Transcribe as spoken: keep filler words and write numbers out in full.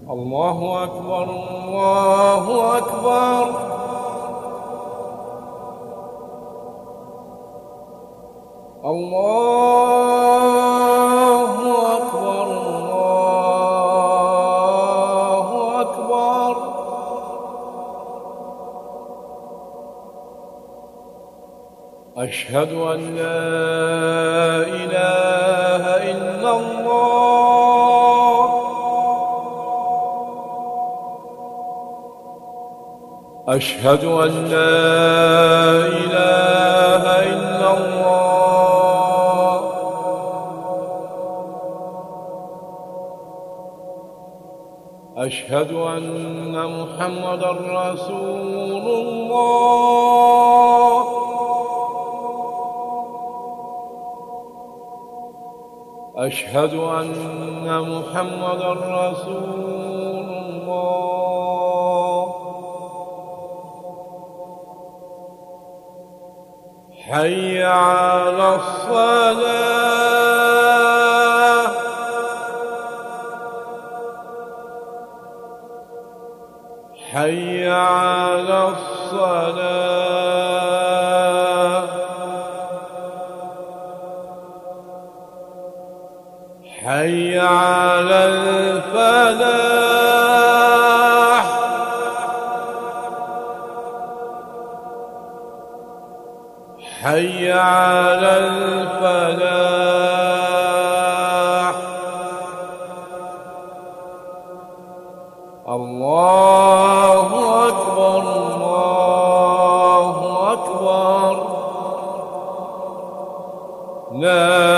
الله أكبر الله أكبر الله أكبر الله أكبر أشهد أن لا إله إلا الله أشهد أن لا إله إلا الله أشهد أن محمدًا رسول الله أشهد أن محمدًا رسول الله حي على الصلاة حي على الصلاة حي على الفلاح حي على الفلاح الله أكبر الله أكبر لا